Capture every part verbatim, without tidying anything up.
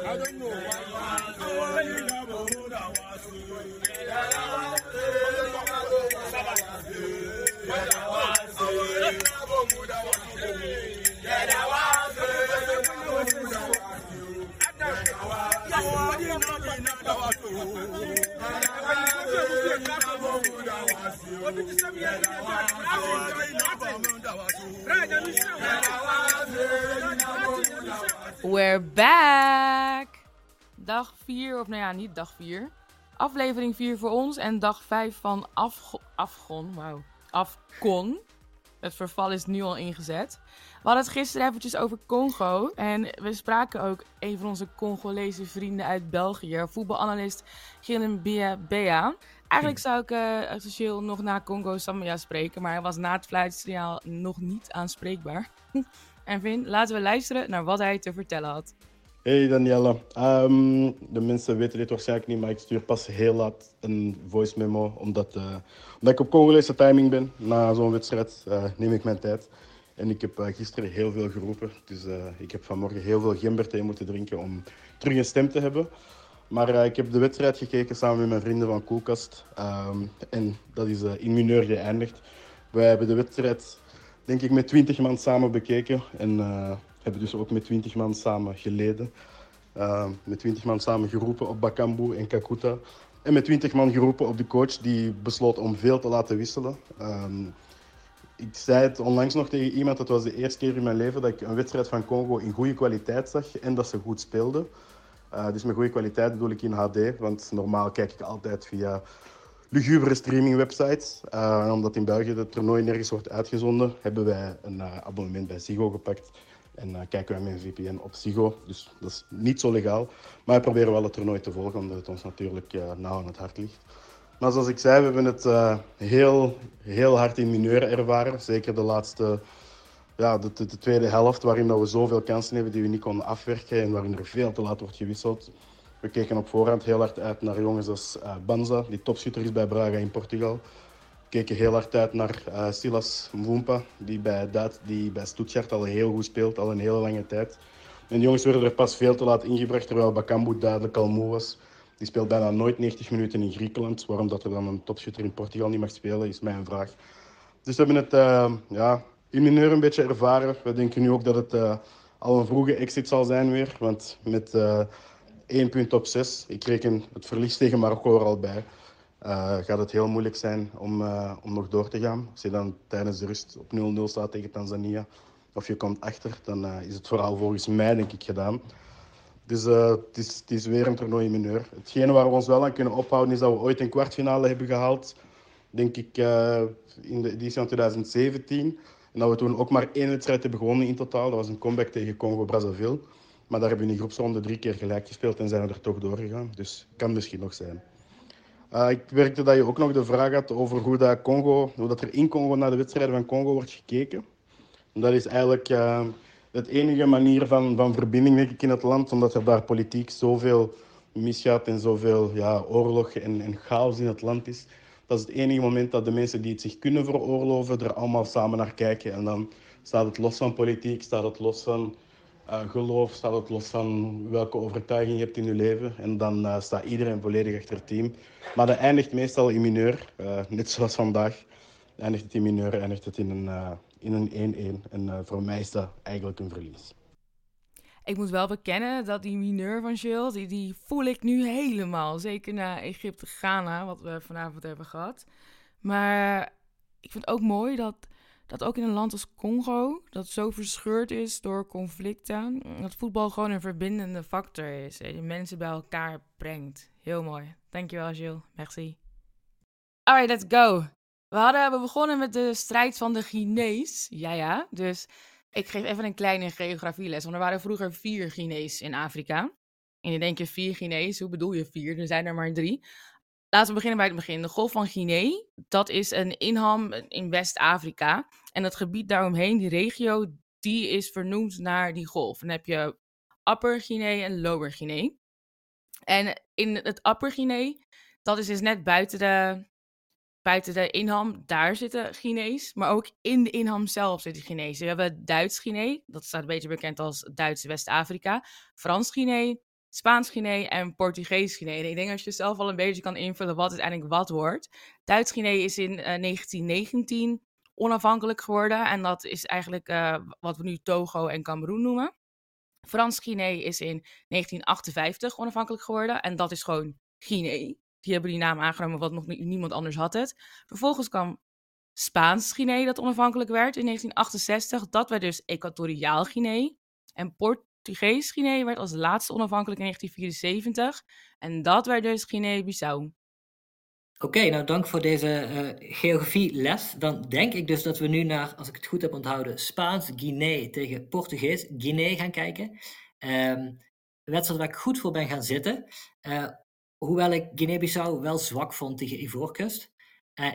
We're back! Dag vier, of nou ja, niet dag vier. Aflevering vier voor ons en dag vijf van Afgo- Afgon. Wauw. Afcon. Het verval is nu al ingezet. We hadden het gisteren eventjes over Congo. En we spraken ook een van onze Congolese vrienden uit België. Voetbalanalist Gilles Bea. Eigenlijk zou ik uh, officieel nog na Congo Sambia spreken. Maar hij was na het fluitsignaal nog niet aanspreekbaar. En Vin, laten we luisteren naar wat hij te vertellen had. Hey Danielle, um, de mensen weten dit waarschijnlijk niet, maar ik stuur pas heel laat een voice memo, omdat, uh, omdat ik op Congolese timing ben. Na zo'n wedstrijd uh, neem ik mijn tijd. En ik heb uh, gisteren heel veel geroepen, dus uh, ik heb vanmorgen heel veel gemberthee moeten drinken om terug een stem te hebben. Maar uh, ik heb de wedstrijd gekeken samen met mijn vrienden van Koelkast um, en dat is uh, in mineur geëindigd. Wij hebben de wedstrijd denk ik met twintig man samen bekeken en uh, hebben dus ook met twintig man samen geleden. Uh, met twintig man samen geroepen op Bakambu en Kakuta. En met twintig man geroepen op de coach die besloot om veel te laten wisselen. Um, ik zei het onlangs nog tegen iemand, dat was de eerste keer in mijn leven dat ik een wedstrijd van Congo in goede kwaliteit zag en dat ze goed speelden. Uh, dus met goede kwaliteit bedoel ik in H D, want normaal kijk ik altijd via lugubere streamingwebsites. Uh, omdat in België het toernooi nergens wordt uitgezonden, hebben wij een uh, abonnement bij Ziggo gepakt. En uh, kijken wij met een V P N op Ziggo. Dus dat is niet zo legaal. Maar we proberen wel het toernooi te volgen, omdat het ons natuurlijk uh, nauw aan het hart ligt. Maar zoals ik zei, we hebben het uh, heel, heel hard in mineur ervaren. Zeker de laatste, ja, de, de, de tweede helft, waarin dat we zoveel kansen hebben die we niet konden afwerken en waarin er veel te laat wordt gewisseld. We keken op voorhand heel hard uit naar jongens als uh, Banza, die topschutter is bij Braga in Portugal. We keken heel hard uit naar uh, Silas Mvumpa, die bij, Duits, die bij Stuttgart al heel goed speelt, al een hele lange tijd. En de jongens werden er pas veel te laat ingebracht, terwijl Bakambu duidelijk al moe was. Die speelt bijna nooit negentig minuten in Griekenland. Waarom dat er dan een topschutter in Portugal niet mag spelen, is mijn vraag. Dus we hebben het uh, ja, in mineur een beetje ervaren. We denken nu ook dat het uh, al een vroege exit zal zijn weer. Want met uh, één punt op zes, ik reken het verlies tegen Marokko er al bij, uh, gaat het heel moeilijk zijn om, uh, om nog door te gaan. Als je dan tijdens de rust op nul nul staat tegen Tanzania, of je komt achter, dan uh, is het vooral volgens mij denk ik gedaan. Dus uh, het, is, het is weer een toernooi in mineur. Hetgene waar we ons wel aan kunnen ophouden is dat we ooit een kwartfinale hebben gehaald. Denk ik uh, in de editie van twintig zeventien. En dat we toen ook maar één wedstrijd hebben gewonnen in totaal. Dat was een comeback tegen Congo-Brazzaville. Maar daar hebben we in de groepsronde drie keer gelijk gespeeld en zijn we er toch doorgegaan. Dus kan misschien nog zijn. Uh, ik merkte dat je ook nog de vraag had over hoe, dat Congo, hoe dat er in Congo naar de wedstrijden van Congo wordt gekeken. En dat is eigenlijk uh, het enige manier van, van verbinding denk ik, in het land, omdat er daar politiek zoveel misgaat en zoveel ja, oorlog en, en chaos in het land is. Dat is het enige moment dat de mensen die het zich kunnen veroorloven er allemaal samen naar kijken. En dan staat het los van politiek, staat het los van uh, geloof, staat het los van welke overtuiging je hebt in je leven. En dan uh, staat iedereen volledig achter het team. Maar dat eindigt meestal in mineur, uh, net zoals vandaag. Eindigt het in mineur, eindigt het in een uh, in een één-één. En uh, voor mij is dat eigenlijk een verlies. Ik moet wel bekennen dat die mineur van Gilles, die, die voel ik nu helemaal. Zeker na Egypte-Ghana, wat we vanavond hebben gehad. Maar ik vind het ook mooi dat, dat ook in een land als Congo, dat zo verscheurd is door conflicten, dat voetbal gewoon een verbindende factor is. En je mensen bij elkaar brengt. Heel mooi. Dankjewel Gilles. Merci. Alright, let's go. We hadden we begonnen met de strijd van de Guinees. Ja, ja. Dus ik geef even een kleine geografieles. Want er waren vroeger vier Guinees in Afrika. En je denkt je vier Guinees, hoe bedoel je vier? Er zijn er maar drie. Laten we beginnen bij het begin. De Golf van Guinea, dat is een inham in West-Afrika. En het gebied daaromheen, die regio, die is vernoemd naar die golf. En dan heb je Upper Guinea en Lower Guinea. En in het Upper Guinea, dat is dus net buiten de... Buiten de inham, daar zitten Guinees. Maar ook in de inham zelf zitten Guinees. We hebben Duits Guinea. Dat staat een beetje bekend als Duits West-Afrika. Frans Guinea. Spaans-Guinea en Portugees-Guinea. En ik denk als je zelf al een beetje kan invullen wat uiteindelijk wat wordt. Duits-Guinea is in uh, negentien negentien onafhankelijk geworden. En dat is eigenlijk uh, wat we nu Togo en Cameroen noemen. Frans-Guinea is in negentien achtenvijftig onafhankelijk geworden. En dat is gewoon Guinea. Die hebben die naam aangenomen, wat nog niemand anders had het. Vervolgens kwam Spaans-Guinea, dat onafhankelijk werd in negentien achtenzestig. Dat werd dus Equatoriaal Guinea. En Portugees-Guinea werd als laatste onafhankelijk in negentien vierenzeventig. En dat werd dus Guinea-Bissau. Oké, okay, nou dank voor deze uh, geografieles. Dan denk ik dus dat we nu naar, als ik het goed heb onthouden, Spaans-Guinea tegen Portugees-Guinea gaan kijken. Um, een wedstrijd waar ik goed voor ben gaan zitten. Uh, hoewel ik Guinea-Bissau wel zwak vond tegen Ivoorkust. Uh,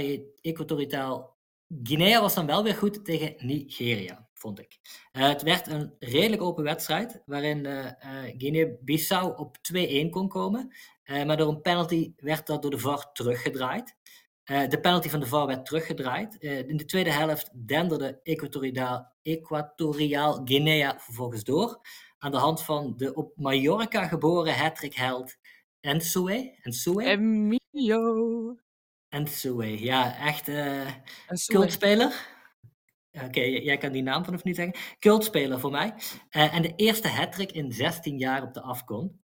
Equatoriaal Guinea was dan wel weer goed tegen Nigeria, vond ik. Uh, het werd een redelijk open wedstrijd, waarin uh, uh, Guinea-Bissau op twee-een kon komen. Uh, maar door een penalty werd dat door de V A R teruggedraaid. Uh, de penalty van de V A R werd teruggedraaid. Uh, in de tweede helft denderde Equatoriaal, Equatoriaal Guinea vervolgens door. Aan de hand van de op Mallorca geboren hattrick-held Nsue. Nsue? Emilio. Nsue, ja, echt uh, cultspeler. Oké, okay, jij kan die naam vanaf nu zeggen. Cultspeler voor mij. Uh, en de eerste hattrick in zestien jaar op de AFCON.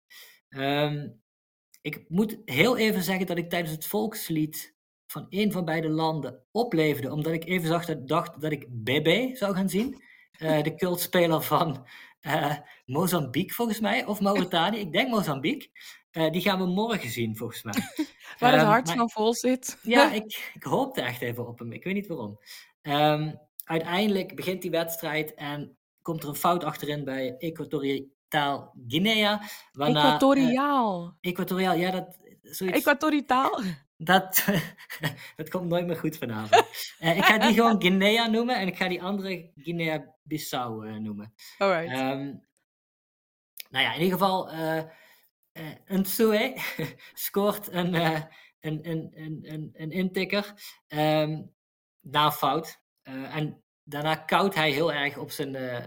Um, Ik moet heel even zeggen dat ik tijdens het volkslied van een van beide landen opleefde, omdat ik even zag dat, dacht dat ik Bebe zou gaan zien. Uh, de cultspeler van uh, Mozambique, volgens mij, of Mauritanië. Ik denk Mozambique. Uh, die gaan we morgen zien, volgens mij. Waar het um, hart van vol zit. Ja, ik, ik hoopte echt even op hem. Ik weet niet waarom. Um, uiteindelijk begint die wedstrijd en komt er een fout achterin bij Equatoriaal Guinea. Waarna, Equatoriaal. Uh, Equatoriaal, ja, dat... Zoiets, Equatoriaal? Dat, dat komt nooit meer goed vanavond. uh, ik ga die gewoon Guinea noemen en ik ga die andere Guinea-Bissau uh, noemen. Alright. Um, nou ja, in ieder geval, uh, uh, Nsue scoort een, uh, een, een, een, een, een intikker um, na een fout. Uh, en daarna koudt hij heel erg op zijn... Uh,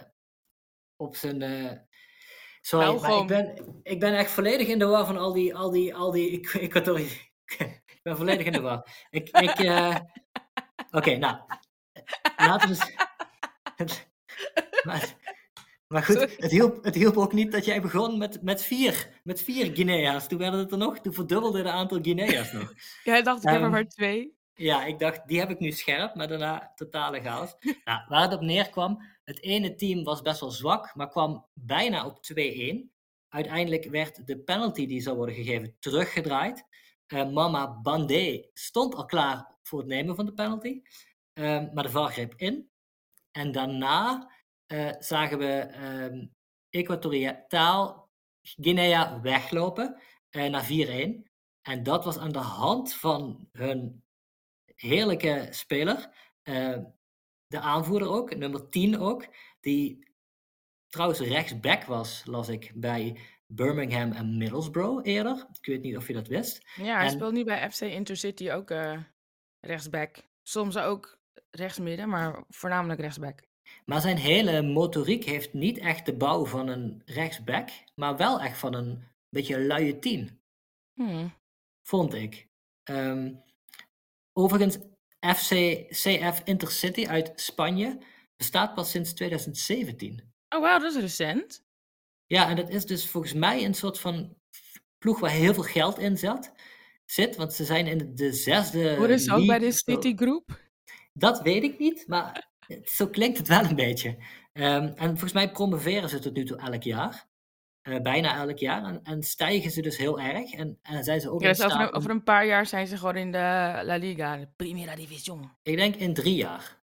op zijn uh, Sorry, maar ik ben, ik ben echt volledig in de war van al die, al die, al die Equatorië. Ik ben volledig in de war. Ik, ik, uh... Oké, okay, nou. Laten we eens... maar, maar goed, het hielp, het hielp ook niet dat jij begon met, met vier. Met vier Guinea's. Toen werden het er nog, toen verdubbelde de aantal Guinea's nog. Jij dacht, ik um, heb er maar twee. Ja, ik dacht, die heb ik nu scherp, maar daarna totale chaos. Nou, waar het op neerkwam, het ene team was best wel zwak, maar kwam bijna op twee-een. Uiteindelijk werd de penalty die zou worden gegeven teruggedraaid. Uh, Mama Bandé stond al klaar voor het nemen van de penalty, uh, maar de V A R greep in. En daarna uh, zagen we um, Equatoriaal Guinea weglopen uh, naar vier-een. En dat was aan de hand van hun heerlijke speler, uh, de aanvoerder ook, nummer tien ook, die trouwens rechtsback was, las ik, bij Birmingham en Middlesbrough eerder. Ik weet niet of je dat wist. Ja, hij en... speelt nu bij F C Intercity ook uh, rechtsback. Soms ook rechtsmidden, maar voornamelijk rechtsback. Maar zijn hele motoriek heeft niet echt de bouw van een rechtsback, maar wel echt van een beetje luie tien. Hmm. Vond ik. Um, overigens, F C C F Intercity uit Spanje bestaat pas sinds twintig zeventien. Oh wauw, dat is recent. Ja, en dat is dus volgens mij een soort van ploeg waar heel veel geld in zat, zit, want ze zijn in de zesde... Horen ze ook bij de Citigroup? Dat weet ik niet, maar zo klinkt het wel een beetje. Um, en volgens mij promoveren ze tot nu toe elk jaar. Uh, bijna elk jaar. En, en stijgen ze dus heel erg. En, en zijn ze ook ja, in dus over, staat... een, over een paar jaar zijn ze gewoon in de La Liga, de Primera División. Ik denk in drie jaar.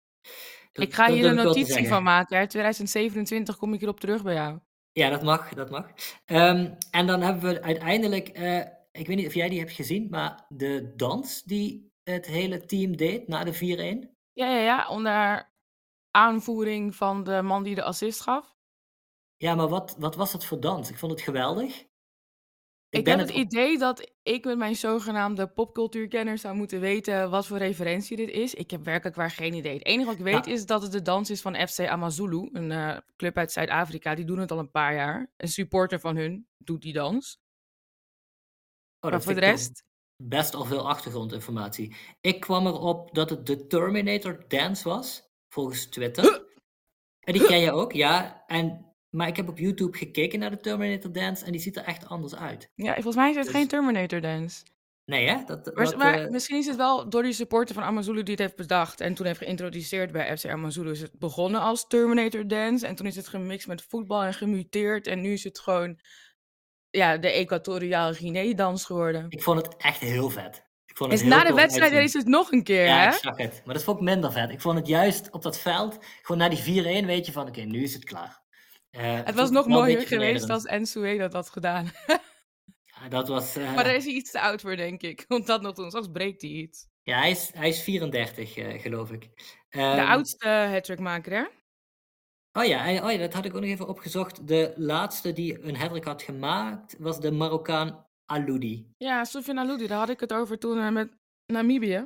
Dat, ik ga hier een notitie van maken. Hè. twintig zevenentwintig kom ik erop terug bij jou. Ja, dat mag, dat mag. Um, en dan hebben we uiteindelijk... Uh, ik weet niet of jij die hebt gezien, maar de dans die het hele team deed na de vier-een. Ja, ja, ja. Onder aanvoering van de man die de assist gaf. Ja, maar wat, wat was dat voor dans? Ik vond het geweldig. Ik Ik ben heb het het op... idee dat ik met mijn zogenaamde popcultuurkenner zou moeten weten wat voor referentie dit is. Ik heb werkelijk waar geen idee. Het enige wat ik weet Ja, is dat het de dans is van F C Amazulu, een eh, club uit Zuid-Afrika. Die doen het al een paar jaar. Een supporter van hun doet die dans. oh, Maar dat voor vind de ik toch rest, best al veel achtergrondinformatie. Ik kwam erop dat het de Terminator Dance was, volgens Twitter. En die ken je ook, ja. En, maar ik heb op YouTube gekeken naar de Terminator Dance en die ziet er echt anders uit. ja, volgens mij is het geen Dus, Terminator dance. nee hè? Dat, Maar, dat, maar eh, misschien is het wel door die supporter van Amazulu die het heeft bedacht en toen heeft geïntroduceerd bij F C Amazulu. Is het begonnen als Terminator Dance en toen is het gemixt met voetbal en gemuteerd en nu is het gewoon ja, de Equatoriaal Guinea-dans geworden. ik vond het echt heel vet. Ik vond het Is heel na de tof wedstrijd uitzien. is het nog een keer, Ja, hè? ik zag het. Maar dat vond ik minder vet. Ik vond het juist op dat veld, gewoon na die vier-een, weet je van, oké, nu is het klaar. Eh, Het vond was ik nog wel een mooier beetje geweest vernederend. als Ensue dat had gedaan. Ja, dat was... eh, Maar daar is hij iets te oud voor, denk ik. Want dat nog doen, straks breekt hij iets. ja, hij is, hij is vierendertig, eh, geloof ik. De Ehm, oudste hattrickmaker, hè? oh, ja, en- oh ja, dat had ik ook nog even opgezocht. De laatste die een hattrick had gemaakt was de Marokkaan Aloudi. Ja, Soufiane Aloudi, daar had ik het over toen eh, met Namibië.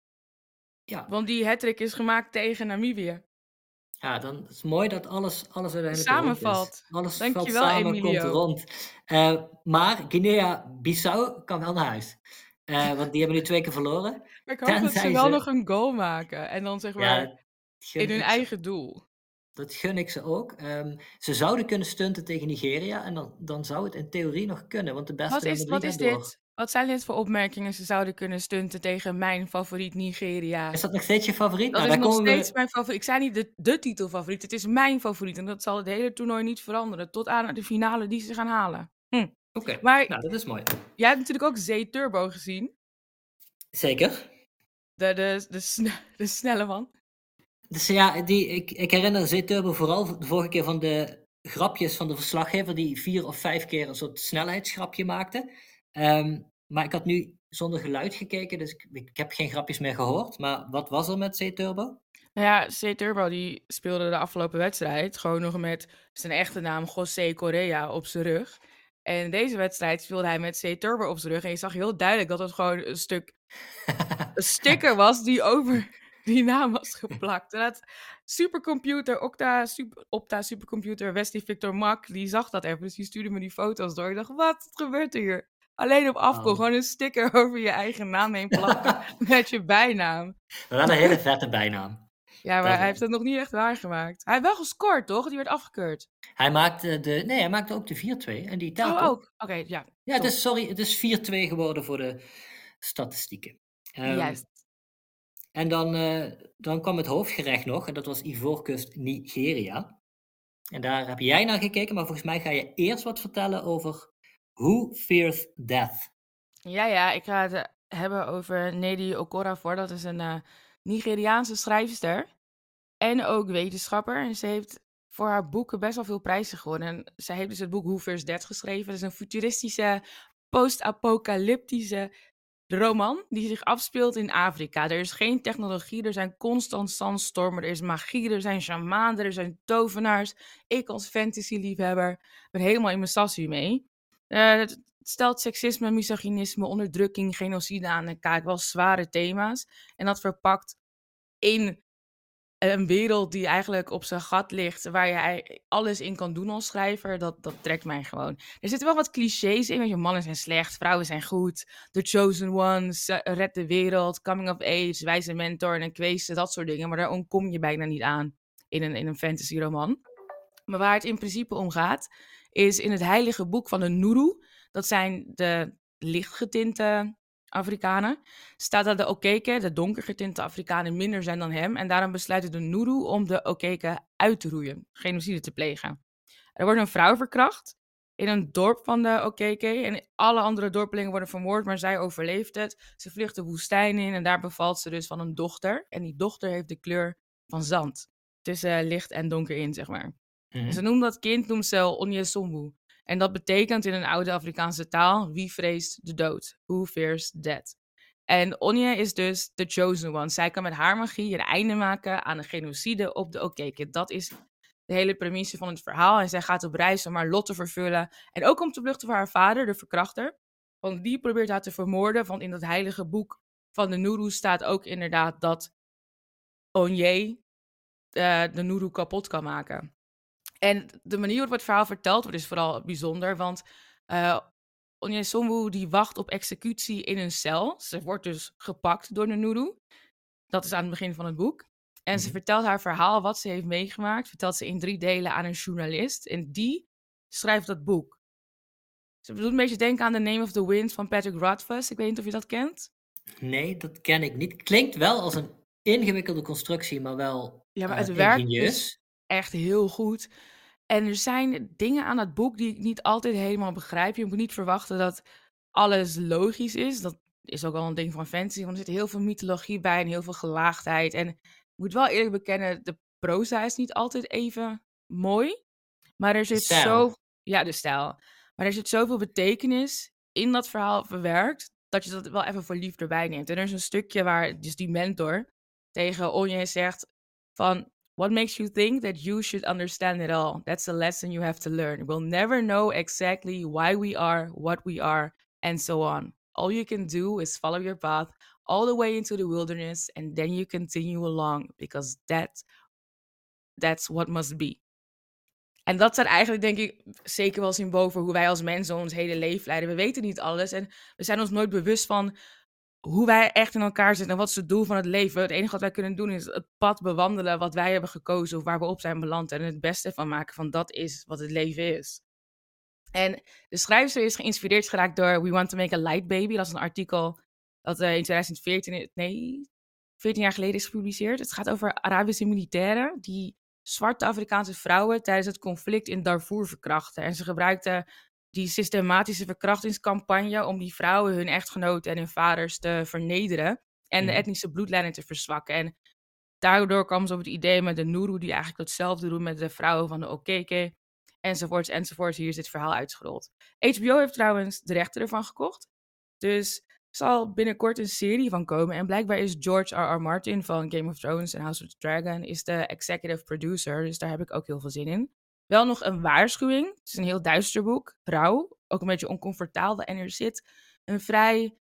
Ja, Want die hattrick is gemaakt tegen Namibië. ja, dan is het mooi dat alles, alles uiteindelijk rond is. Samenvalt. Alles valt Dankjewel, samen, komt Emilio. rond. Eh, maar Guinea-Bissau kan wel naar huis. Eh, want die hebben nu twee keer verloren. Maar ik hoop dat ze Tenzij wel ze... nog een goal maken. En dan zeg Ja, maar dat gun in hun ik ze, eigen doel. dat gun ik ze ook. Ehm, ze zouden kunnen stunten tegen Nigeria. En dan, dan zou het in theorie nog kunnen. Want de beste Wat nummer is, drie wat is gaat door. dit? Wat zijn dit voor opmerkingen ze zouden kunnen stunten tegen mijn favoriet Nigeria? Is dat nog steeds je favoriet? Dat Nou, is daar nog komen steeds we... mijn favoriet. Ik zei niet de, de titelfavoriet, het is mijn favoriet. En dat zal het hele toernooi niet veranderen. Tot aan de finale die ze gaan halen. Hm. Oké, Maar nou, dat is mooi. jij hebt natuurlijk ook Z-Turbo gezien. Zeker. De, de, de, sne- de snelle man. Dus ja, die, ik, ik herinner Z-Turbo vooral de vorige keer van de grapjes van de verslaggever, die vier of vijf keer een soort snelheidsgrapje maakte. Ehm, maar ik had nu zonder geluid gekeken, dus ik, ik heb geen grapjes meer gehoord. Maar wat was er met Z-Turbo? Nou ja, Z-Turbo die speelde de afgelopen wedstrijd gewoon nog met zijn echte naam José Correa op zijn rug. En deze wedstrijd speelde hij met Z-Turbo op zijn rug. En je zag heel duidelijk dat het gewoon een stuk een sticker was die over die naam was geplakt. En dat supercomputer, Octa, super, Opta supercomputer, Wesley Victor Mak, die zag dat even. Dus die stuurde me die foto's door. Ik dacht, wat gebeurt er hier? Alleen op afko, Oh. gewoon een sticker over je eigen naam heen plakken met je bijnaam. We hadden een hele vette bijnaam. Ja, maar Dat- hij heeft het nog niet echt waargemaakt. Hij heeft wel gescoord, toch? Die werd afgekeurd. Hij maakte, de, nee, hij maakte ook de vier-twee en die telt Oh, toch? ook. Oké, ja. Ja, het top. is, sorry, het is vier-twee geworden voor de statistieken. Ehm, Juist. En dan, eh, dan kwam het hoofdgerecht nog, en dat was Ivoorkust Nigeria. En daar heb jij naar gekeken, maar volgens mij ga je eerst wat vertellen over Who Fears Death. Ja, ja, ik ga het eh, hebben over Nnedi Okorafor. Dat is een eh, Nigeriaanse schrijfster en ook wetenschapper. En ze heeft voor haar boeken best wel veel prijzen gewonnen. En zij heeft dus het boek Who Fears Death geschreven. Dat is een futuristische, post-apocalyptische roman die zich afspeelt in Afrika. Er is geen technologie, er zijn constant zandstormen, er is magie, er zijn shamanen, er zijn tovenaars. Ik als fantasy-liefhebber ben helemaal in mijn sassie mee. Eh, het stelt seksisme, misogynisme, onderdrukking, genocide aan de kaak. Wel zware thema's. En dat verpakt in een wereld die eigenlijk op zijn gat ligt, waar je ei- alles in kan doen als schrijver, dat, dat trekt mij gewoon. Er zitten wel wat clichés in, weet je, mannen zijn slecht, vrouwen zijn goed, the chosen ones, eh, red de wereld, coming of age, wijze mentor en een kweeste, dat soort dingen. Maar daar ontkom je bijna niet aan in een, in een fantasy roman. Maar waar het in principe om gaat, is in het heilige boek van de Nuru, dat zijn de lichtgetinte Afrikanen, staat dat de Okeke, de donkergetinte Afrikanen, minder zijn dan hem. En daarom besluiten de Nuru om de Okeke uit te roeien, genocide te plegen. Er wordt een vrouw verkracht in een dorp van de Okeke. En alle andere dorpelingen worden vermoord, maar zij overleeft het. Ze vlucht de woestijn in en daar bevalt ze dus van een dochter. En die dochter heeft de kleur van zand. Tussen licht en donker in, zeg maar. Mhm. En ze noemt dat kind noemt ze Onyesombu. En dat betekent in een oude Afrikaanse taal, wie vreest de dood? Who fears death? En Onye is dus the chosen one. Zij kan met haar magie een einde maken aan een genocide op de Okeke. Dat is de hele premisse van het verhaal. En zij gaat op reis om haar lot te vervullen. En ook om te vluchten voor haar vader, de verkrachter. Want die probeert haar te vermoorden. Want in dat heilige boek van de Nuru staat ook inderdaad dat Onye uh, de Nuru kapot kan maken. En de manier waarop het verhaal verteld wordt is vooral bijzonder. Want uh, Onyesombwe die wacht op executie in een cel. Ze wordt dus gepakt door de Nuru. Dat is aan het begin van het boek. En mm-hmm. ze vertelt haar verhaal, wat ze heeft meegemaakt. Vertelt ze in drie delen aan een journalist. En die schrijft dat boek. Ze doet een beetje denken aan The Name of the Wind van Patrick Rothfuss. Ik weet niet of je dat kent. Nee, dat ken ik niet. Klinkt wel als een ingewikkelde constructie, maar wel Ja, maar het uh, werkt ingenieus. Dus echt heel goed. En er zijn dingen aan het boek die ik niet altijd helemaal begrijp. Je moet niet verwachten dat alles logisch is. Dat is ook wel een ding van fantasy, want er zit heel veel mythologie bij en heel veel gelaagdheid. En ik moet wel eerlijk bekennen, de proza is niet altijd even mooi. Maar er zit zo... Ja, de stijl. Maar er zit zoveel betekenis in dat verhaal verwerkt, dat je dat wel even voor lief erbij neemt. En er is een stukje waar dus die mentor tegen Onye zegt van... What makes you think that you should understand it all? That's a lesson you have to learn. We'll never know exactly why we are what we are, and so on. All you can do is follow your path all the way into the wilderness, and then you continue along, because that, that's what must be. En dat staat eigenlijk, denk ik, zeker wel symbool voor hoe wij als mensen ons hele leven leiden. We weten niet alles en we zijn ons nooit bewust van hoe wij echt in elkaar zitten en wat is het doel van het leven. Het enige wat wij kunnen doen is het pad bewandelen wat wij hebben gekozen of waar we op zijn beland en het beste van maken van dat is wat het leven is. En de schrijfster is geïnspireerd geraakt door We Want to Make a Light Baby. Dat is een artikel dat uh, in twintig veertien, nee, veertien jaar geleden is gepubliceerd. Het gaat over Arabische militairen die zwarte Afrikaanse vrouwen tijdens het conflict in Darfur verkrachten. En ze gebruikten die systematische verkrachtingscampagne om die vrouwen, hun echtgenoten en hun vaders te vernederen en mm. de etnische bloedlijnen te verzwakken. En daardoor kwam ze op het idee met de Nuru, die eigenlijk hetzelfde doen met de vrouwen van de Okeke, enzovoorts, enzovoorts. Hier is dit verhaal uitgerold. H B O heeft trouwens de rechten ervan gekocht, dus er zal binnenkort een serie van komen. En blijkbaar is George R R. Martin van Game of Thrones en House of the Dragon is de executive producer, dus daar heb ik ook heel veel zin in. Wel nog een waarschuwing. Het is een heel duister boek. Rauw. Ook een beetje oncomfortabel. En er zit een vrij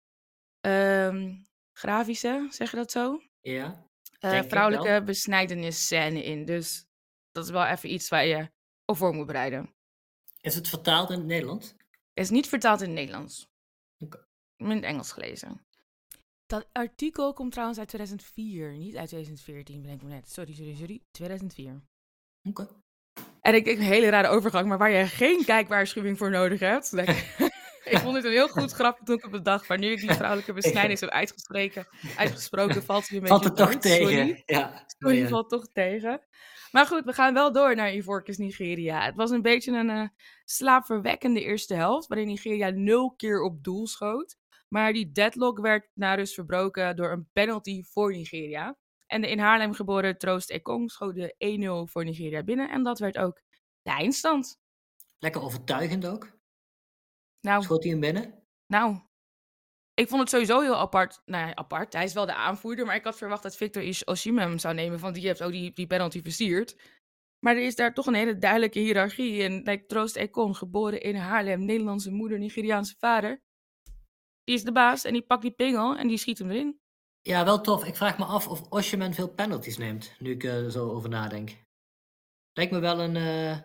um, grafische, zeg je dat zo? Ja. Uh, vrouwelijke besnijdenisscène in. Dus dat is wel even iets waar je op voor moet bereiden. Is het vertaald in het Nederlands? Het is niet vertaald in het Nederlands. Oké. Okay. In het Engels gelezen. Dat artikel komt trouwens uit tweeduizend vier. Niet uit tweeduizend veertien, bedenk me net. Sorry, sorry, sorry. tweeduizend vier. Oké. Okay. En ik, ik een hele rare overgang, maar waar je geen kijkwaarschuwing voor nodig hebt. Ik vond het een heel goed grapje toen ik op de dag, maar nu ik die vrouwelijke besnijding heb uitgesproken, uitgesproken, valt het weer een valt beetje het toch tegen. Sorry, ja. Sorry ja. valt toch tegen. Maar goed, we gaan wel door naar Ivoorkust, Nigeria. Het was een beetje een uh, slaapverwekkende eerste helft, waarin Nigeria nul keer op doel schoot. Maar die deadlock werd na rust verbroken door een penalty voor Nigeria. En de in Haarlem geboren Troost Ekong schoot de één nul voor Nigeria binnen. En dat werd ook de eindstand. Lekker overtuigend ook. Nou, schoot hij hem binnen? Nou, ik vond het sowieso heel apart. Nou ja, apart. Hij is wel de aanvoerder, maar ik had verwacht dat Victor Osimhen hem zou nemen. Want die heeft ook die, die penalty versierd. Maar er is daar toch een hele duidelijke hiërarchie. En like, Troost Ekong, geboren in Haarlem, Nederlandse moeder, Nigeriaanse vader. Die is de baas en die pakt die pingel en die schiet hem erin. Ja, wel tof. Ik vraag me af of Osimhen veel penalties neemt, nu ik er uh, zo over nadenk. Lijkt me wel een... Uh...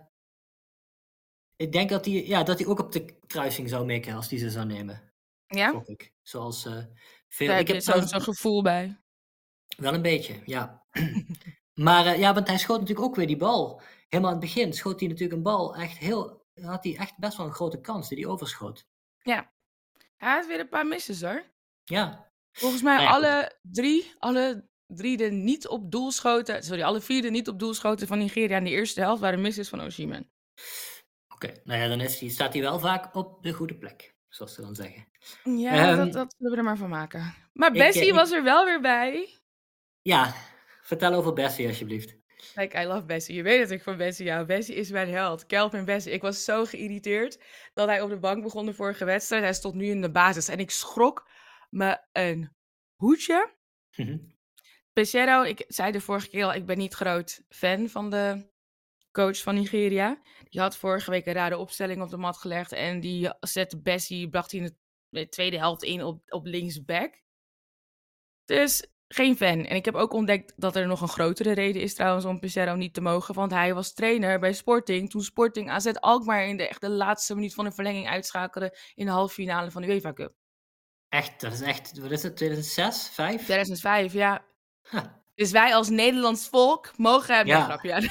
Ik denk dat hij, ja, dat hij ook op de kruising zou mikken als hij ze zou nemen. Ja? Ik. Zoals uh, veel... Daar ik heb je zo'n zo gevoel bij. Wel een beetje, ja. maar uh, ja, want hij schoot natuurlijk ook weer die bal. Helemaal aan het begin schoot hij natuurlijk een bal echt heel... Had hij echt best wel een grote kans die hij overschoot. Ja. Hij had weer een paar misses hoor. Ja. Volgens mij nou ja, alle goed. drie, alle drie de niet op doel schoten, sorry, alle vier de niet op doel schoten van Nigeria in de eerste helft waren misses van Osimhen. Oké, okay. nou ja, dan is die, staat hij wel vaak op de goede plek, zoals ze dan zeggen. Ja, um, dat, dat zullen we er maar van maken. Maar Bessie ik, was er wel weer bij. Ja, vertel over Bessie alsjeblieft. Kijk, I love Bessie. Je weet dat ik van Bessie hou. Bessie is mijn held. Kelvin Bessie. Ik was zo geïrriteerd dat hij op de bank begon de vorige wedstrijd. Hij stond nu in de basis en ik schrok me een hoedje. Mm-hmm. Peseiro, ik zei de vorige keer al, ik ben niet groot fan van de coach van Nigeria. Die had vorige week een rare opstelling op de mat gelegd. En die zette Bessie, bracht hij in de- de tweede helft in op, op linksback. Dus geen fan. En ik heb ook ontdekt dat er nog een grotere reden is trouwens om Pizarro niet te mogen. Want hij was trainer bij Sporting toen Sporting A Z Alkmaar in de, echt de laatste minuut van de verlenging uitschakelde in de halve finale van de UEFA Cup. Echt, dat is echt, wat is het, tweeduizend zes, vijf? tweeduizend vijf, ja. Huh. Dus wij als Nederlands volk mogen hem... Nee, Ja. grapje. Ja.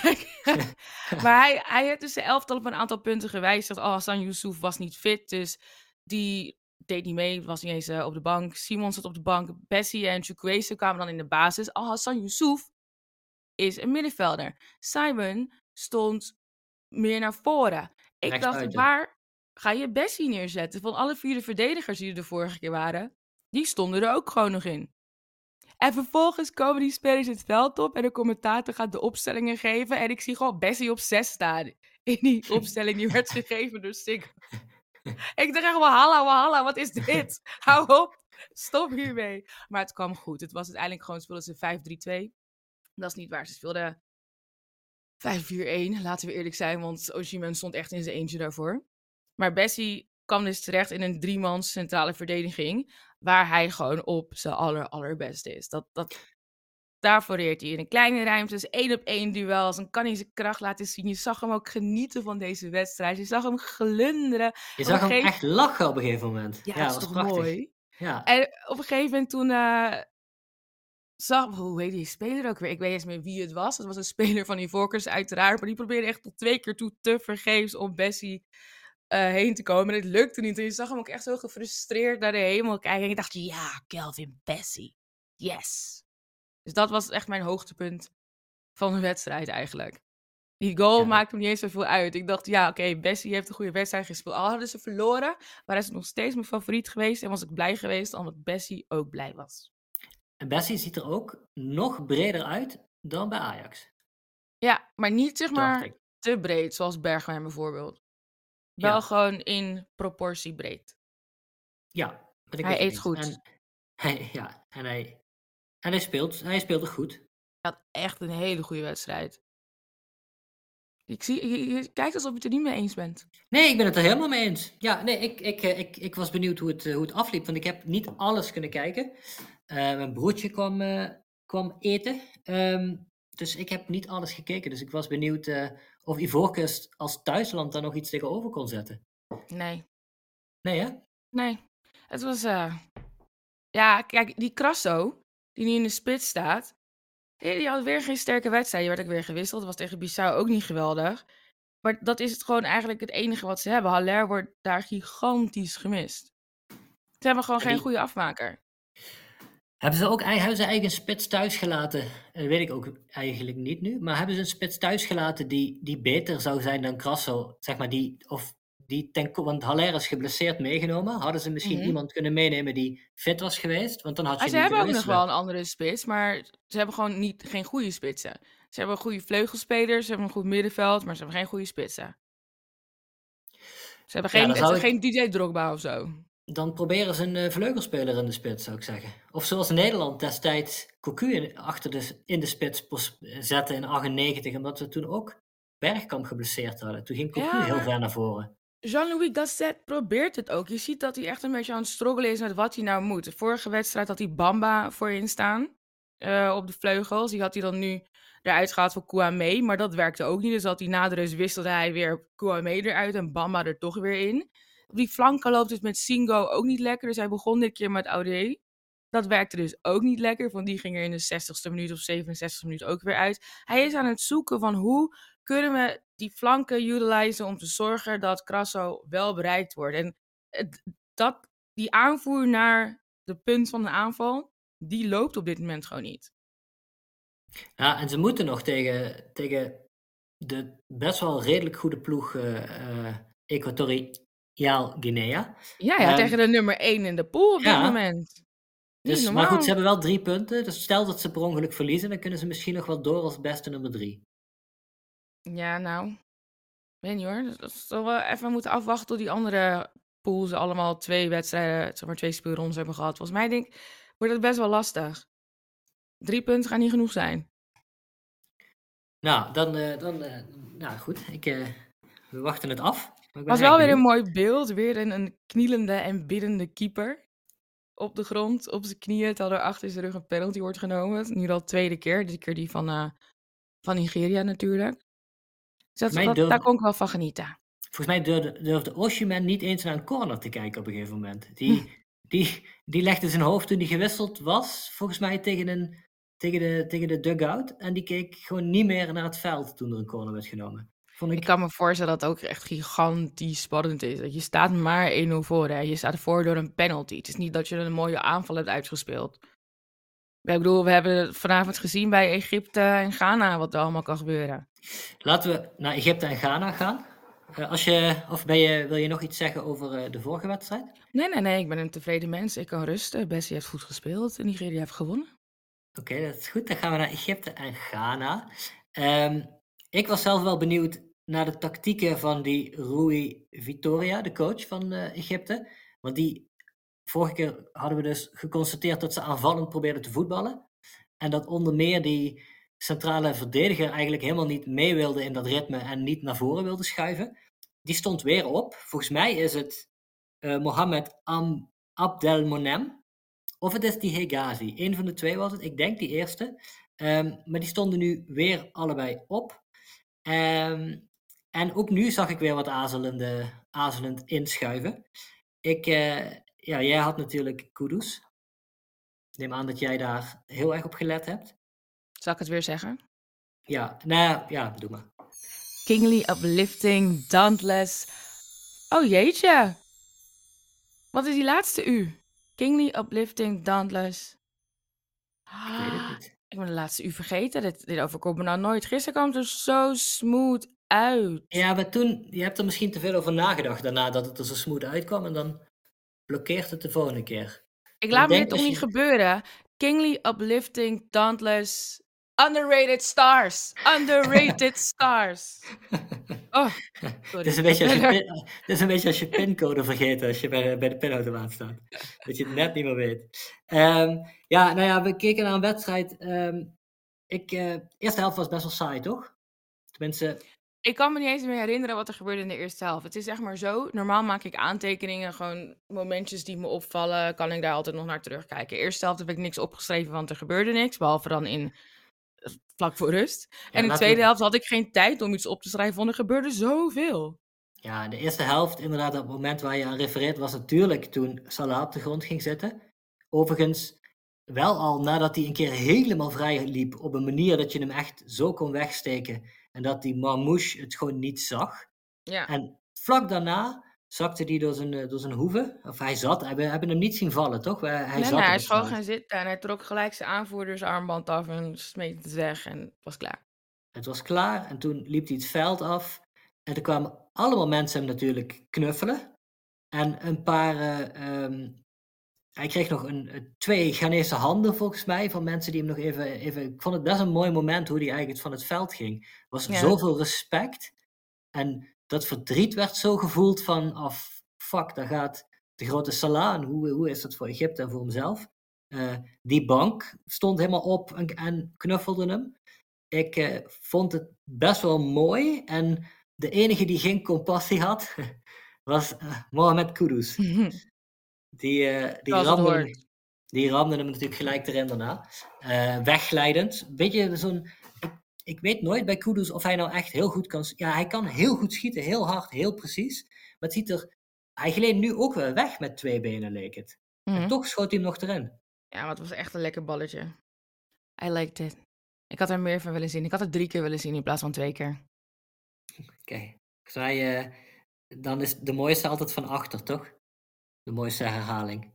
Maar hij, hij heeft dus de elftal op een aantal punten gewijzigd. Oh, Hassan Yusuf was niet fit, dus die deed niet mee. Was niet eens uh, op de bank. Simon zat op de bank. Bessie en Chukwueze kwamen dan in de basis. Al Hassan Yusuf is een middenvelder. Simon stond meer naar voren. Ik dacht, Rechtsbuiten. waar ga je Bessie neerzetten? Van alle vier de verdedigers die er de vorige keer waren, die stonden er ook gewoon nog in. En vervolgens komen die spelers het veld op en de commentator gaat de opstellingen geven. En ik zie gewoon Bessie op zes staan in die opstelling die werd gegeven door Siggo. Ik dacht echt, wahalla, wahalla, wat is dit? Hou op, stop hiermee. Maar het kwam goed. Het was uiteindelijk gewoon, speelden ze vijf drie twee. Dat is niet waar, ze speelden vijf vier een, laten we eerlijk zijn, want Osimhen stond echt in zijn eentje daarvoor. Maar Bessie kwam dus terecht in een driemans centrale verdediging, waar hij gewoon op zijn aller, allerbeste is. Dat, dat, daarvoor reert hij in een kleine ruimtes, één op één duels, dan kan hij zijn kracht laten zien. Je zag hem ook genieten van deze wedstrijd. Je zag hem glunderen. Je Op zag een hem gegeven- echt lachen op een gegeven moment. Ja, Ja, dat dat is was toch prachtig. mooi? Ja. En op een gegeven moment toen eh, zag... Hoe heet die speler ook weer? Ik weet niet eens meer wie het was. Het was een speler van Ivoorkust uiteraard. Maar die probeerde echt tot twee keer toe te vergeefs om Bessie eh, heen te komen. En het lukte niet. En je zag hem ook echt zo gefrustreerd naar de hemel kijken. En ik dacht, ja, Kelvin Bessie. Yes. Dus dat was echt mijn hoogtepunt van de wedstrijd eigenlijk. Die goal Ja. maakte me niet eens zoveel uit. Ik dacht, ja, oké, Bessie heeft een goede wedstrijd gespeeld. Al hadden ze verloren, maar is het nog steeds mijn favoriet geweest. En was ik blij geweest, omdat Bessie ook blij was. En Bessie ziet er ook nog breder uit dan bij Ajax. Ja, maar niet zeg Dacht maar ik. te breed, zoals Bergwijn bijvoorbeeld. Wel Ja. gewoon in proportie breed. Ja, ben ik Hij met je eet eens. goed. En hij, ja, en hij, en hij speelt, hij speelde goed. Hij had echt een hele goede wedstrijd. Ik zie, je, je kijkt alsof je het er niet mee eens bent. Nee, ik ben het er helemaal mee eens. Ja, nee, ik, ik, eh, ik, ik was benieuwd hoe het, eh, hoe het afliep, want ik heb niet alles kunnen kijken. Eh, mijn broertje kwam, eh, kwam eten, ehm, dus ik heb niet alles gekeken. Dus ik was benieuwd eh, of Ivoorkust als thuisland daar nog iets tegenover kon zetten. Nee, Nee, hè? nee. Het was, eh ja, kijk, die Krasso, die nu in de spits staat, die, die had weer geen sterke wedstrijd. Die werd ook weer gewisseld. Dat was tegen Bissau ook niet geweldig. Maar dat is het gewoon eigenlijk het enige wat ze hebben. Haller wordt daar gigantisch gemist. Ze hebben gewoon En geen die- goede afmaker. Hebben ze ook ei- hebben ze eigenlijk een spits thuis gelaten? Dat weet ik ook eigenlijk niet nu. Maar hebben ze een spits thuis gelaten die, die beter zou zijn dan Krasso? Zeg maar die, of die ten, ko- want Haller is geblesseerd meegenomen. Hadden ze misschien Mhm. iemand kunnen meenemen die fit was geweest? Want dan had je Maar ze niet hebben ook kunnen nog wel wisselen. een andere spits, maar ze hebben gewoon niet, geen goede spitsen. Ze hebben goede vleugelspelers, ze hebben een goed middenveld, maar ze hebben geen goede spitsen. Ze hebben Ja, geen, dan het zou is ik- geen D J Drogba of zo. Dan proberen ze een eh, vleugelspeler in de spits, zou ik zeggen. Of zoals Nederland destijds Cocu in, achter de, in de spits pos- zette in achtennegentig, omdat we toen ook Bergkamp geblesseerd hadden. Toen ging Cocu Ja, heel maar- ver naar voren. Jean-Louis Gasset probeert het ook. Je ziet dat hij echt een beetje aan het struggelen is met wat hij nou moet. De vorige wedstrijd had hij Bamba voorin staan eh, op de vleugels. Die had hij dan nu eruit gehaald voor Kouamé, maar dat werkte ook niet. Dus had hij na de rust wisselde hij weer Kouamé eruit en Bamba er toch weer in. Op die flanken loopt het met Singo ook niet lekker. Dus hij begon dit keer met Audé. Dat werkte dus ook niet lekker, want die ging er in de zestigste minuut of zevenenzestigste minuut ook weer uit. Hij is aan het zoeken van hoe kunnen we die flanken utilizen om te zorgen dat Krasso wel bereikt wordt. En het- dat, die aanvoer naar de punt van de aanval, die loopt op dit moment gewoon niet. Ja, en ze moeten nog tegen, tegen de best wel redelijk goede ploeg eh eh, Equatoriaal Guinea. Ja, ja Ehm, tegen de nummer één in de pool op ja. dit moment. Niet Dus, maar normaal. goed, ze hebben wel drie punten. Dus stel dat ze per ongeluk verliezen, dan kunnen ze misschien nog wel door als beste nummer drie. Ja, nou, weet niet hoor. Dat zal wel even moeten afwachten tot die andere pools allemaal twee wedstrijden, zeg maar twee speelrondes hebben gehad. Volgens mij denk ik, wordt het best wel lastig. Drie punten gaan niet genoeg zijn. Nou, dan, uh, dan uh, nou goed, ik, uh, we wachten het af. Het was wel weer een mooi beeld, weer een, een knielende en biddende keeper op de grond, op zijn knieën, terwijl er achter zijn rug een penalty wordt genomen. Nu al de tweede keer, dit keer die van, uh, van Nigeria natuurlijk. Dus dat, dat, durfde, daar kon ik wel van genieten. Volgens mij durfde, durfde Osimhen niet eens naar een corner te kijken op een gegeven moment. Die, hm. die, die legde zijn hoofd toen hij gewisseld was, volgens mij tegen, een, tegen, de, tegen de dugout. En die keek gewoon niet meer naar het veld toen er een corner werd genomen. Vond ik... ik kan me voorstellen dat het ook echt gigantisch spannend is. Dat je staat maar één nul voor. Hè. Je staat voor door een penalty. Het is niet dat je een mooie aanval hebt uitgespeeld. Ik bedoel, we hebben vanavond gezien bij Egypte en Ghana wat er allemaal kan gebeuren. Laten we naar Egypte en Ghana gaan. Uh, als je, of ben je, wil je nog iets zeggen over uh, de vorige wedstrijd? Nee, nee, nee. Ik ben een tevreden mens. Ik kan rusten. Bessie heeft goed gespeeld en Nigeria heeft gewonnen. Oké, okay, dat is goed. Dan gaan we naar Egypte en Ghana. Um, ik was zelf wel benieuwd naar de tactieken van die Rui Vitória, de coach van uh, Egypte. Want die, vorige keer hadden we dus geconstateerd dat ze aanvallend probeerden te voetballen. En dat onder meer die centrale verdediger eigenlijk helemaal niet mee wilde in dat ritme en niet naar voren wilde schuiven. Die stond weer op. Volgens mij is het uh, Mohamed Am- Abdelmonem. Of het is die Hegazi. Eén van de twee was het. Ik denk die eerste. Um, maar die stonden nu weer allebei op. Um, en ook nu zag ik weer wat azelende, azelend inschuiven. Ik, uh, ja, jij had natuurlijk Kudus. Ik neem aan dat jij daar heel erg op gelet hebt. Zal ik het weer zeggen? Ja, nou ja, doe maar. Kingly, uplifting, dauntless. Oh jeetje. Wat is die laatste U? Kingly, uplifting, dauntless. Ik weet het niet. Ik ben de laatste U vergeten. Dit, dit overkomt me nou nooit. Gisteren kwam het er zo smooth uit. Ja, maar toen, je hebt er misschien te veel over nagedacht daarna dat het er zo smooth uitkwam. En dan blokkeert het de volgende keer. Ik laat me dit toch je... niet gebeuren. Kingly, uplifting, dauntless, underrated stars. Underrated stars. Oh, sorry. Het is, een beetje als je pin, het is een beetje als je pincode vergeet als je bij, bij de pinautomaat staat. Dat je het net niet meer weet. Um, ja, nou ja, we keken naar een wedstrijd. Um, ik, uh, de eerste helft was best wel saai, toch? Tenminste... Ik kan me niet eens meer herinneren wat er gebeurde in de eerste helft. Het is zeg maar zo, normaal maak ik aantekeningen, gewoon momentjes die me opvallen, kan ik daar altijd nog naar terugkijken. De eerste helft heb ik niks opgeschreven, want er gebeurde niks, behalve dan in vlak voor rust. Ja, en in de tweede we... helft had ik geen tijd om iets op te schrijven, want er gebeurde zoveel. Ja, de eerste helft, inderdaad, op het moment waar je aan refereert, was natuurlijk toen Salah op de grond ging zitten. Overigens, wel al nadat hij een keer helemaal vrij liep, op een manier dat je hem echt zo kon wegsteken. En dat die Marmouche het gewoon niet zag. Ja. En vlak daarna zakte hij door zijn, door zijn hoeven. Of hij zat, we hebben hem niet zien vallen, toch? Hij, nee, zat nee, hij is gewoon gaan zitten en hij trok gelijk zijn aanvoerdersarmband af en smeet het weg en het was klaar. Het was klaar en toen liep hij het veld af. En er kwamen allemaal mensen hem natuurlijk knuffelen. En een paar... Uh, um, hij kreeg nog een, twee Ghanese handen volgens mij van mensen die hem nog even, even... Ik vond het best een mooi moment hoe hij eigenlijk van het veld ging. Er was ja. zoveel respect. En dat verdriet werd zo gevoeld van... Oh, fuck, daar gaat de grote Salah. En hoe, hoe is dat voor Egypte en voor hemzelf? Uh, die bank stond helemaal op en, en knuffelde hem. Ik uh, vond het best wel mooi. En de enige die geen compassie had... was uh, Mohamed Kudus. Die, uh, die, ramde hem, die ramde hem natuurlijk gelijk erin daarna. Uh, wegglijdend. Een beetje zo'n... Ik, ik weet nooit bij Kudus of hij nou echt heel goed kan... Ja, hij kan heel goed schieten. Heel hard, heel precies. Maar het ziet er... Hij gleed nu ook wel weg met twee benen, leek het. Mm-hmm. En toch schoot hij hem nog erin. Ja, maar het was echt een lekker balletje. I liked it. Ik had er meer van willen zien. Ik had het drie keer willen zien in plaats van twee keer. Oké. Okay. Zei, uh, dan is de mooiste altijd van achter, toch? De mooiste herhaling.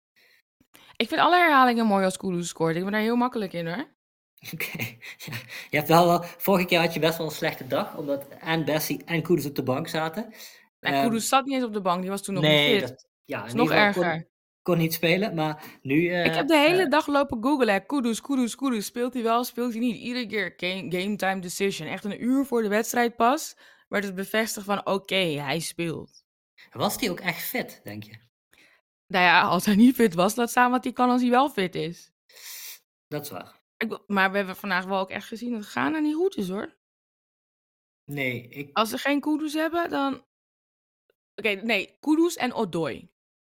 Ik vind alle herhalingen mooi als Kudus scoort. Ik ben daar heel makkelijk in, hoor. Oké. Okay. Ja. Je hebt wel, wel... Vorige keer had je best wel een slechte dag, omdat en Bessie en Kudus op de bank zaten. En um, Kudus zat niet eens op de bank, die was toen nog nee, niet fit. Dat, ja, dat is nog erger. Kon, kon niet spelen, maar nu... Uh, ik heb de hele uh, dag lopen googlen. Kudus, Kudus, Kudus. Speelt hij wel, speelt hij niet? Iedere keer game, game time decision. Echt een uur voor de wedstrijd pas werd het bevestigd van oké, okay, hij speelt. Was hij ook echt fit, denk je? Nou ja, als hij niet fit was, laat staan wat hij kan als hij wel fit is. Dat is waar. Ik, wil- maar we hebben vandaag wel ook echt gezien dat Ghana niet goed is, hoor. Nee, ik, Als ze geen Kudus hebben, dan... Oké, nee, Kudus en Odoi.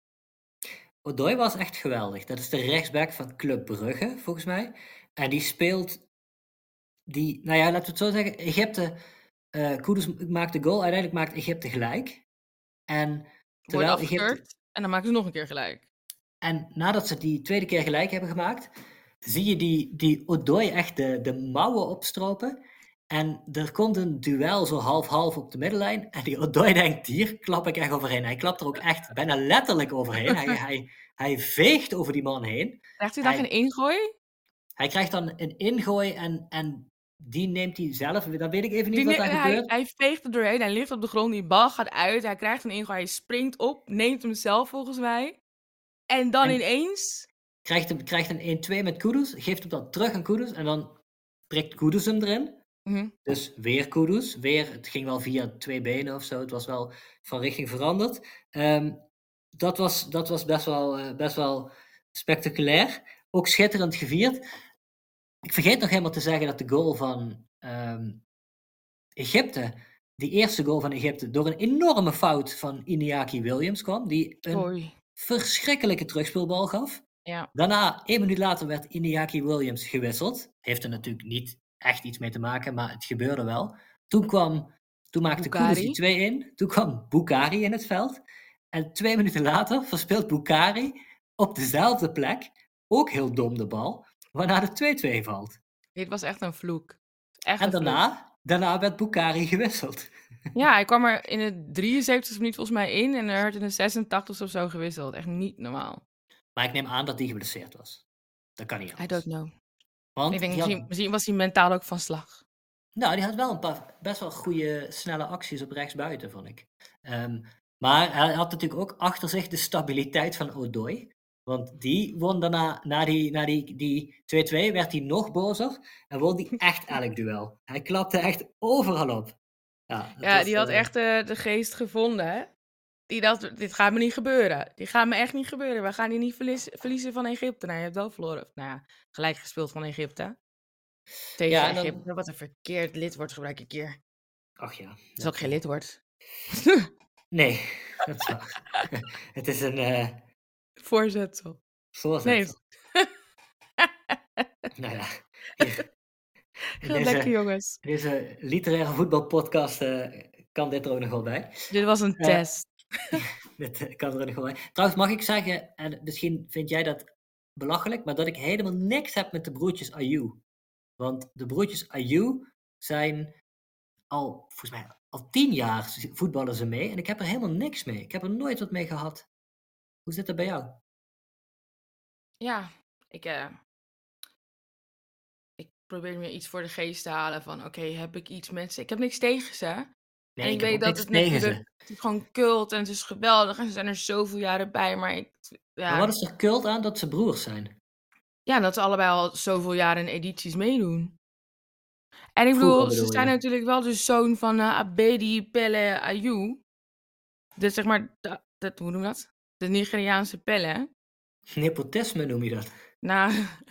Odoi was echt geweldig. Dat is de rechtsback van Club Brugge, volgens mij. En die speelt, die, nou ja, laten we het zo zeggen. Egypte, eh Kudus maakt de goal. Uiteindelijk maakt Egypte gelijk. En Wordt terwijl Egypte, afgekeurd en dan maken ze nog een keer gelijk. en nadat ze die tweede keer gelijk hebben gemaakt, zie je die, die Odoi echt de, de mouwen opstropen. En er komt een duel zo half-half op de middenlijn. En die Odoi denkt, hier klap ik echt overheen. Hij klapt er ook echt bijna letterlijk overheen. Hij, hij, hij veegt over die man heen. Krijgt hij dan Hij, geen ingooi? hij krijgt dan een ingooi en, en die neemt hij zelf. Dan weet ik even niet Die wat ne- daar hij, gebeurt. hij veegt er doorheen, hij ligt op de grond, die bal gaat uit, hij krijgt een ingooi, hij springt op, neemt hem zelf volgens mij. En dan En ineens... krijgt, hem, krijgt een één-twee met Kudus. Geeft hem dan terug aan Kudus. En dan prikt Kudus hem erin. Mhm. Dus weer Kudus. Weer, het ging wel via twee benen of zo. Het was wel van richting veranderd. Ehm, dat, was, dat was best wel, eh, best wel spectaculair. Ook schitterend gevierd. Ik vergeet nog helemaal te zeggen dat de goal van ehm, Egypte, die eerste goal van Egypte, door een enorme fout van Iñaki Williams kwam. Die een Oei. verschrikkelijke terugspeelbal gaf. Ja. Daarna, één minuut later, werd Iñaki Williams gewisseld. Heeft er natuurlijk niet echt iets mee te maken, maar het gebeurde wel. Toen, kwam, toen maakte Kudus die Boukari. twee-een. Toen kwam Boukari in het veld. En twee minuten later verspeelt Boukari op dezelfde plek, ook heel dom de bal, waarna de twee-twee valt. Dit was echt een vloek. Echt En een vloek. daarna, daarna werd Boukari gewisseld. Ja, hij kwam er in de drieënzeventigste minuut volgens mij in en er werd in de zesentachtigste of zo gewisseld. Echt niet normaal. Maar ik neem aan dat hij geblesseerd was. Dat kan niet I anders. don't know. Want Ik denk, die had, misschien, misschien was hij mentaal ook van slag. nou, die had wel een paar best wel goede, snelle acties op rechtsbuiten, vond ik. Ehm, maar hij had natuurlijk ook achter zich de stabiliteit van Odoi. Want die won daarna, na die na die, die twee-twee, werd hij nog bozer. En won hij echt elk duel. Hij klapte echt overal op. Ja, dat Ja, was, die had eh, echt eh, de geest gevonden, hè? Die dacht, dit gaat me niet gebeuren. Dit gaat me echt niet gebeuren. We gaan hier niet verlies- verliezen van Egypte. Nou, je hebt wel verloren. Nou ja, gelijk gespeeld van Egypte. Tegen Ja, en dan- Egypte. Wat een verkeerd lidwoord gebruik ik hier. Ach ja. Het is ook geen lidwoord. Nee, dat is waar. Het is een eh Voorzetsel. Nee, voorzetsel. Nou ja, hier, in gaat lekker, deze, jongens. in deze literaire voetbalpodcast eh, kan dit er ook nog wel bij. Dit was een Eh, test. Dit eh, kan er nog wel bij. Trouwens, mag ik zeggen, en misschien vind jij dat belachelijk, maar dat ik helemaal niks heb met de broertjes Ayew. Want de broertjes Ayew zijn al, volgens mij, al tien jaar voetballen ze mee en ik heb er helemaal niks mee. Ik heb er nooit wat mee gehad. Hoe zit dat bij jou? Ja, ik, eh, ik probeer me iets voor de geest te halen van, oké, heb ik iets met ze? Ik heb niks tegen ze. Nee, en ik, ik heb weet ook dat niks het tegen natuurlijk ze. het is gewoon cult en het is geweldig en ze zijn er zoveel jaren bij, maar ik, ja, Maar wat is er cult aan dat ze broers zijn? ja, dat ze allebei al zoveel jaren in edities meedoen. En ik Vroeger bedoel, ze bedoel zijn je? natuurlijk wel de zoon van eh, Abedi Pele Ayew. Dus zeg maar, dat, dat, hoe noem je dat? De Nigeriaanse Pele. Nepotisme noem je dat. Nou,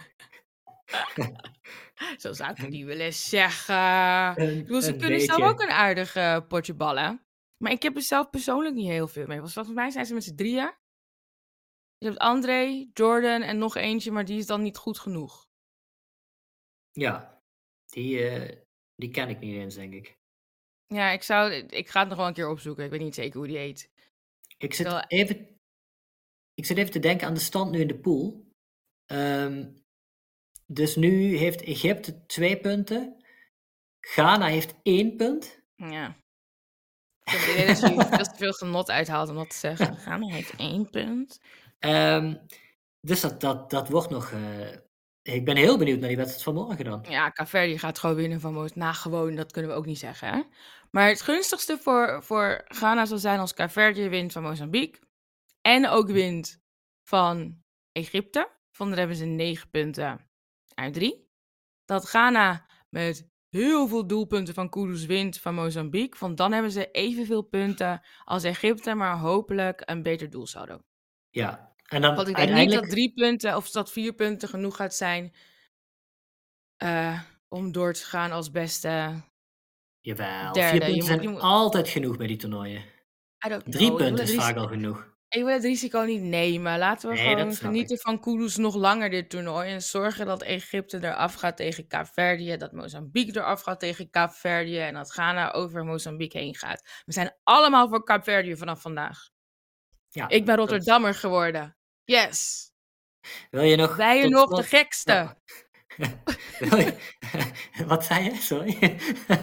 zo zou ik het niet willen zeggen. Een, Ik bedoel, ze een kunnen zelf beetje. ook een aardig eh, potje ballen. Maar ik heb er zelf persoonlijk niet heel veel mee. Want volgens mij zijn ze met z'n drieën. Je hebt André, Jordan en nog eentje, maar die is dan niet goed genoeg. Ja, die, eh, die ken ik niet eens, denk ik. Ja, ik, zou, ik ga het nog wel een keer opzoeken. Ik weet niet zeker hoe die heet. Ik zit Wel- even, ik zit even te denken aan de stand nu in de pool. Ehm, dus nu heeft Egypte twee punten. Ghana heeft één punt. Ja. Ik heb het idee dat je hier veel te veel genot uithaalt om dat te zeggen. Ghana heeft één punt. Ehm, dus dat, dat, dat wordt nog... eh, ik ben heel benieuwd naar die wedstrijd van morgen dan. Ja, Caverdi gaat gewoon winnen van Mozambique. Nou, gewoon, dat kunnen we ook niet zeggen, hè? Maar het gunstigste voor, voor Ghana zal zijn als Caverdi wint van Mozambique. En ook wint van Egypte. Van daar hebben ze negen punten uit drie. Dat Ghana met heel veel doelpunten van Kudus wint van Mozambique. Want dan hebben ze evenveel punten als Egypte, maar hopelijk een beter doelsaldo. Ja, en dan Want ik denk niet uiteindelijk... dat drie punten of dat vier punten genoeg gaat zijn uh, om door te gaan als beste Jawel, derde. vier punten je zijn moet, je moet, altijd genoeg bij die toernooien. I don't Drie know. punten is risico, vaak al genoeg. Ik wil het risico niet nemen. Laten we Nee, gewoon genieten ik. van Kudus nog langer dit toernooi. En zorgen dat Egypte eraf gaat tegen Kaapverdië. Dat Mozambique eraf gaat tegen Kaapverdië. En dat Ghana over Mozambique heen gaat. We zijn allemaal voor Kaapverdië vanaf vandaag. Ja, ik ben Rotterdammer dat... geworden. Yes. Wil je nog... Wij je nog slot... de gekste. Ja. Wil je... Wat zei je? Sorry.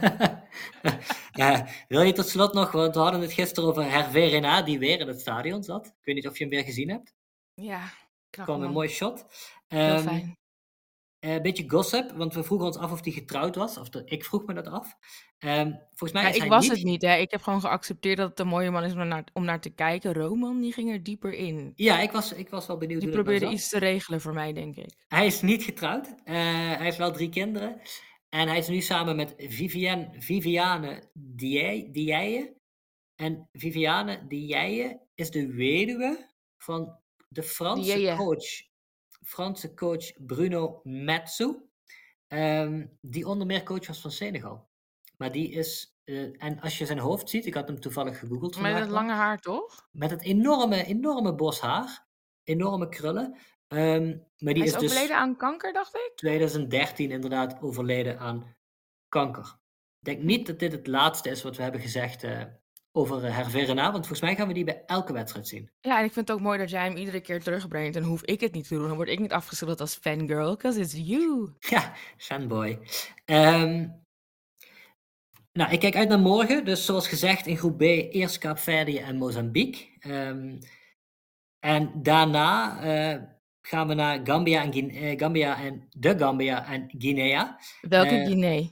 uh, wil je tot slot nog, want we hadden het gisteren over Hervé Renard, die weer in het stadion zat. Ik weet niet of je hem weer gezien hebt. Ja, er kwam een mooi shot. Um, Heel fijn. Een uh, beetje gossip, want we vroegen ons af of hij getrouwd was. Of de, ik vroeg me dat af. Um, volgens mij ja, is ik hij was niet... het niet, hè. Ik heb gewoon geaccepteerd dat het een mooie man is om naar, om naar te kijken. Roman, die ging er dieper in. Ja, ik was, ik was wel benieuwd die hoe dat probeerde nou iets te regelen voor mij, denk ik. Hij is niet getrouwd. Uh, hij heeft wel drie kinderen. En hij is nu samen met Vivienne, Viviane Diaye. En Viviane Diaye is de weduwe van de Franse Diaye. coach, Franse coach Bruno Metsu. Um, die onder meer coach was van Senegal. Maar die is, uh, en als je zijn hoofd ziet, ik had hem toevallig gegoogeld. Met het lange haar, toch? Met het enorme, enorme bos haar. Enorme krullen. Um, maar die Hij is, is overleden dus aan kanker, dacht ik? twintig dertien inderdaad overleden aan kanker. Ik denk niet dat dit het laatste is wat we hebben gezegd uh, over uh, Hervé Renard, want volgens mij gaan we die bij elke wedstrijd zien. Ja, en ik vind het ook mooi dat jij hem iedere keer terugbrengt en hoef ik het niet te doen. Dan word ik niet afgeschilderd als fangirl, because it's you. Ja, fanboy. Um, nou, ik kijk uit naar morgen. Dus zoals gezegd in groep B eerst Kaapverdië en Mozambique. Um, en daarna... Uh, gaan we naar Gambia en, Guinea, uh, Gambia en de Gambia en Guinea. Welke uh, Guinea?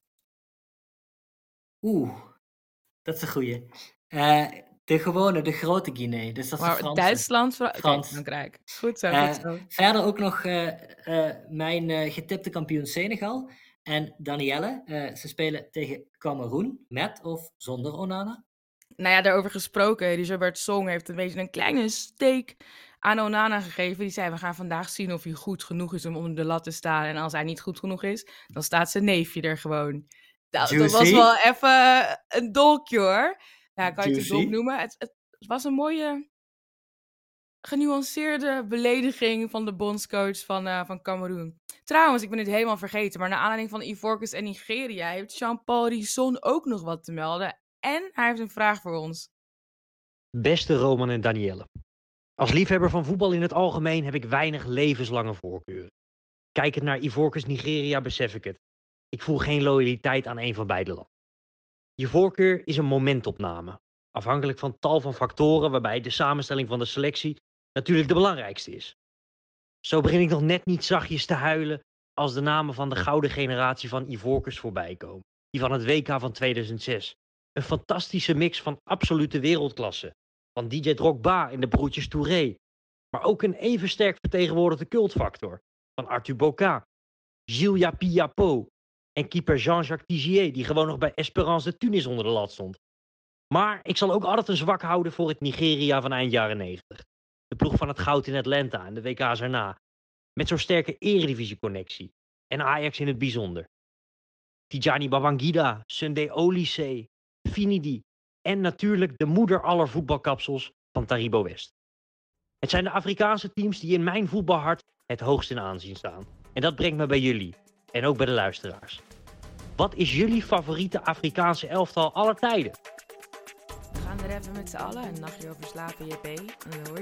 Oeh, dat is een goeie. Uh, de gewone, de grote Guinea. Dus dat is maar de Franse. Duitsland, Fra- Frans. Okay, Frankrijk. Goed zo, uh, goed zo. Verder ook nog uh, uh, mijn uh, getipte kampioen Senegal en Danielle. Uh, ze spelen tegen Cameroen, met of zonder Onana. Nou ja, daarover gesproken. Elisabeth Song heeft een beetje een kleine steek aan Onana gegeven. Die zei, we gaan vandaag zien of hij goed genoeg is om onder de lat te staan. En als hij niet goed genoeg is, dan staat zijn neefje er gewoon. Dat, dat was wel even een dolkje, hoor. Ja, kan je het een dolk noemen? Het, het, het was een mooie, genuanceerde belediging van de bondscoach van, uh, van Cameroen. Trouwens, ik ben het helemaal vergeten, maar naar aanleiding van Ivoorkust en Nigeria heeft Jean-Paul Risson ook nog wat te melden. En hij heeft een vraag voor ons. Beste Roman en Danielle. Als liefhebber van voetbal in het algemeen heb ik weinig levenslange voorkeuren. Kijkend naar Ivoorkust Nigeria besef ik het. Ik voel geen loyaliteit aan een van beide landen. Je voorkeur is een momentopname. Afhankelijk van tal van factoren waarbij de samenstelling van de selectie natuurlijk de belangrijkste is. Zo begin ik nog net niet zachtjes te huilen als de namen van de gouden generatie van Ivoorkust voorbij komen. Die van het W K van tweeduizend zes. Een fantastische mix van absolute wereldklasse. Van D J Drogba en de broertjes Touré. Maar ook een even sterk vertegenwoordigde cultfactor. Van Arthur Boca, Gilles Yapi-Yapo en keeper Jean-Jacques Tizier, die gewoon nog bij Espérance de Tunis onder de lat stond. Maar ik zal ook altijd een zwak houden voor het Nigeria van eind jaren negentig. De ploeg van het goud in Atlanta en de W K's erna. Met zo'n sterke eredivisie-connectie. En Ajax in het bijzonder. Tijani Babangida, Sunday Oliseh, Finidi en natuurlijk de moeder aller voetbalkapsels van Taribo West. Het zijn de Afrikaanse teams die in mijn voetbalhart het hoogst in aanzien staan. En dat brengt me bij jullie en ook bij de luisteraars. Wat is jullie favoriete Afrikaanse elftal aller tijden? We gaan er even met z'n allen een nachtje over slapen, J P. En dan